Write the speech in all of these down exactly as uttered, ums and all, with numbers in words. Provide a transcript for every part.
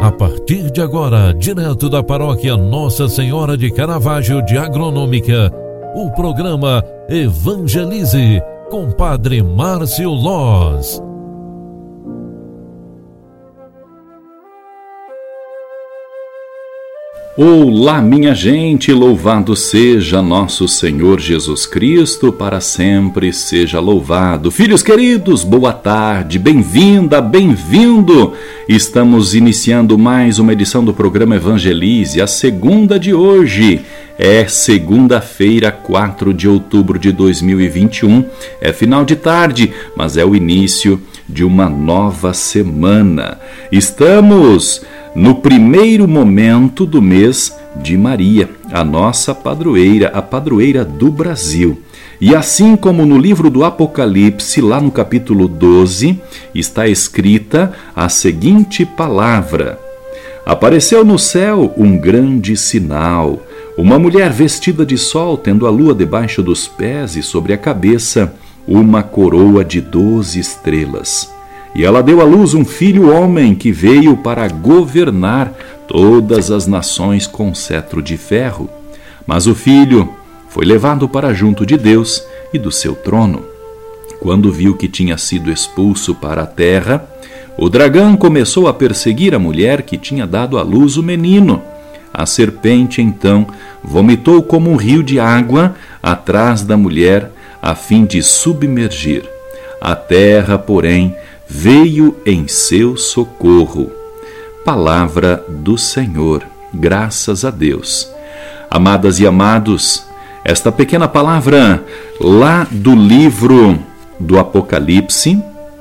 A partir de agora, direto da paróquia Nossa Senhora de Caravaggio de Agronômica, o programa Evangelize com Padre Márcio Loz. Olá, minha gente, louvado seja nosso Senhor Jesus Cristo, para sempre seja louvado. Filhos queridos, boa tarde, bem-vinda, bem-vindo. Estamos iniciando mais uma edição do programa Evangelize, a segunda de hoje. É segunda-feira, quatro de outubro de dois mil e vinte e um. É final de tarde, mas é o início de uma nova semana. Estamos no primeiro momento do mês de Maria, a nossa padroeira, a padroeira do Brasil. E assim como no livro do Apocalipse, lá no capítulo doze, está escrita a seguinte palavra: apareceu no céu um grande sinal, uma mulher vestida de sol, tendo a lua debaixo dos pés e sobre a cabeça uma coroa de doze estrelas. E ela deu à luz um filho homem que veio para governar todas as nações com cetro de ferro. Mas o filho foi levado para junto de Deus e do seu trono. Quando viu que tinha sido expulso para a terra, o dragão começou a perseguir a mulher que tinha dado à luz o menino. A serpente, então, vomitou como um rio de água atrás da mulher, a fim de submergir. A terra, porém, veio em seu socorro. Palavra do Senhor, graças a Deus. Amadas e amados, esta pequena palavra lá do livro do Apocalipse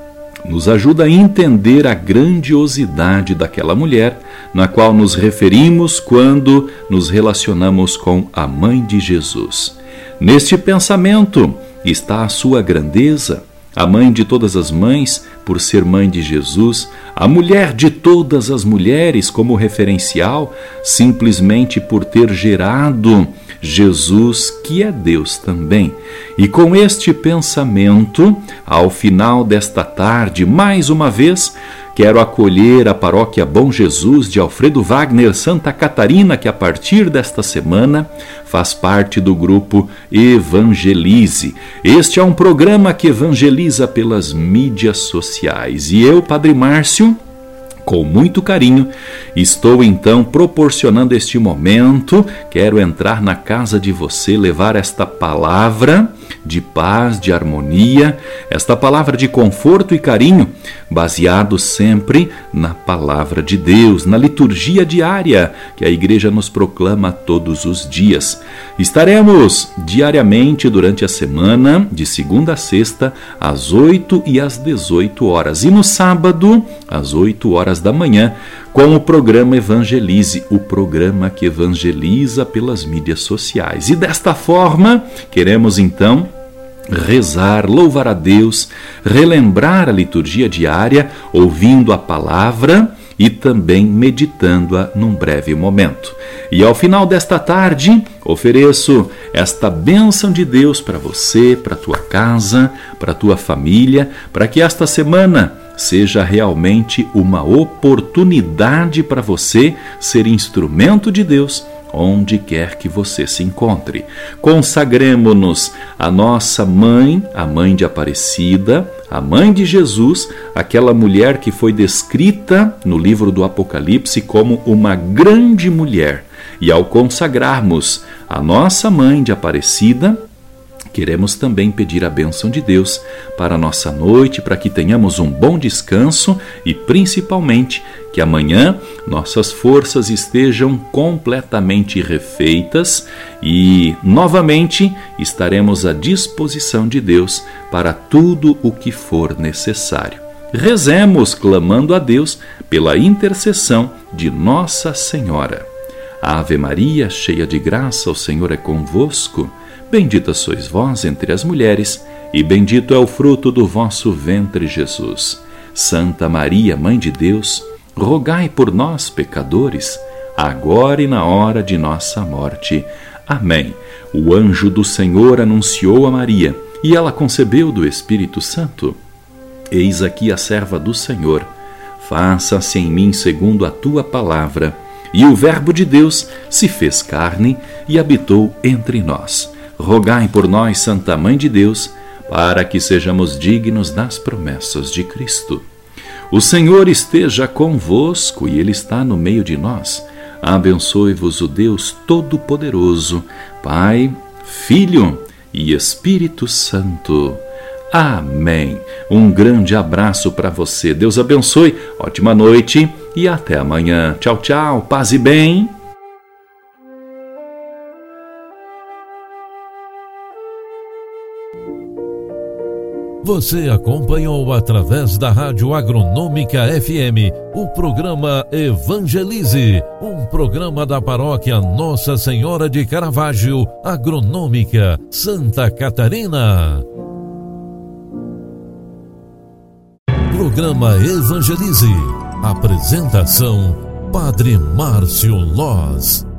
nos ajuda a entender a grandiosidade daquela mulher na qual nos referimos quando nos relacionamos com a mãe de Jesus. Neste pensamento está a sua grandeza, a mãe de todas as mães, por ser mãe de Jesus, a mulher de todas as mulheres como referencial, simplesmente por ter gerado Jesus, que é Deus também. E com este pensamento, ao final desta tarde, mais uma vez, quero acolher a paróquia Bom Jesus de Alfredo Wagner, Santa Catarina, que a partir desta semana faz parte do grupo Evangelize. Este é um programa que evangeliza pelas mídias sociais. E eu, Padre Márcio, com muito carinho, estou então proporcionando este momento. Quero entrar na casa de você, levar esta palavra de paz, de harmonia, esta palavra de conforto e carinho, baseado sempre na palavra de Deus, na liturgia diária que a igreja nos proclama todos os dias. Estaremos diariamente durante a semana, de segunda a sexta, às oito e às dezoito horas, e no sábado, às oito horas da manhã, com o programa Evangelize, o programa que evangeliza pelas mídias sociais. E desta forma, queremos então rezar, louvar a Deus, relembrar a liturgia diária, ouvindo a palavra e também meditando-a num breve momento. E ao final desta tarde, ofereço esta bênção de Deus para você, para a tua casa, para a tua família, para que esta semana seja realmente uma oportunidade para você ser instrumento de Deus onde quer que você se encontre. Consagremo-nos à nossa mãe, a mãe de Aparecida, a mãe de Jesus, aquela mulher que foi descrita no livro do Apocalipse como uma grande mulher. E ao consagrarmos a nossa mãe de Aparecida, queremos também pedir a bênção de Deus para a nossa noite, para que tenhamos um bom descanso e, principalmente, que amanhã nossas forças estejam completamente refeitas e, novamente, estaremos à disposição de Deus para tudo o que for necessário. Rezemos clamando a Deus pela intercessão de Nossa Senhora. Ave Maria, cheia de graça, o Senhor é convosco. Bendita sois vós entre as mulheres, e bendito é o fruto do vosso ventre, Jesus. Santa Maria, Mãe de Deus, rogai por nós, pecadores, agora e na hora de nossa morte. Amém. O anjo do Senhor anunciou a Maria, e ela concebeu do Espírito Santo. Eis aqui a serva do Senhor. Faça-se em mim segundo a tua palavra. E o Verbo de Deus se fez carne e habitou entre nós. Rogai por nós, Santa Mãe de Deus, para que sejamos dignos das promessas de Cristo. O Senhor esteja convosco e Ele está no meio de nós. Abençoe-vos o Deus Todo-Poderoso, Pai, Filho e Espírito Santo. Amém. Um grande abraço para você. Deus abençoe. Ótima noite e até amanhã. Tchau, tchau. Paz e bem. Você acompanhou através da Rádio Agronômica F M o programa Evangelize, um programa da paróquia Nossa Senhora de Caravaggio, Agronômica, Santa Catarina. Programa Evangelize. Apresentação: Padre Márcio Loz.